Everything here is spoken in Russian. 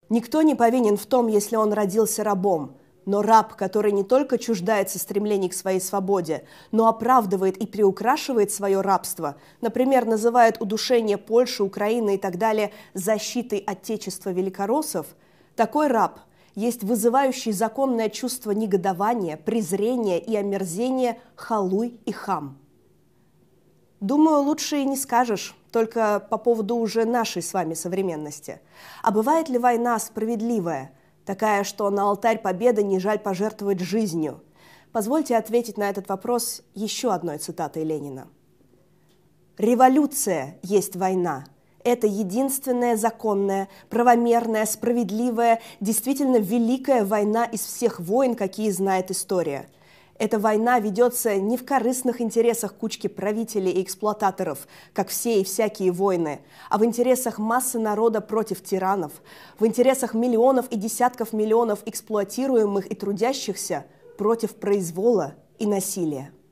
Никто не повинен в том, если он родился рабом, но раб, который не только чуждается стремлений к своей свободе, но оправдывает и приукрашивает свое рабство, например, называет удушение Польши, Украины и так далее защитой Отечества великороссов, такой раб есть вызывающий законное чувство негодования, презрения и омерзения халуй и хам. Думаю, лучше и не скажешь, только по поводу уже нашей с вами современности. А бывает ли война справедливая, такая, что на алтарь победы не жаль пожертвовать жизнью? Позвольте ответить на этот вопрос еще одной цитатой Ленина. «Революция есть война. Это единственная законная, правомерная, справедливая, действительно великая война из всех войн, какие знает история. Эта война ведется не в корыстных интересах кучки правителей и эксплуататоров, как все и всякие войны, а в интересах массы народа против тиранов, в интересах миллионов и десятков миллионов эксплуатируемых и трудящихся против произвола и насилия».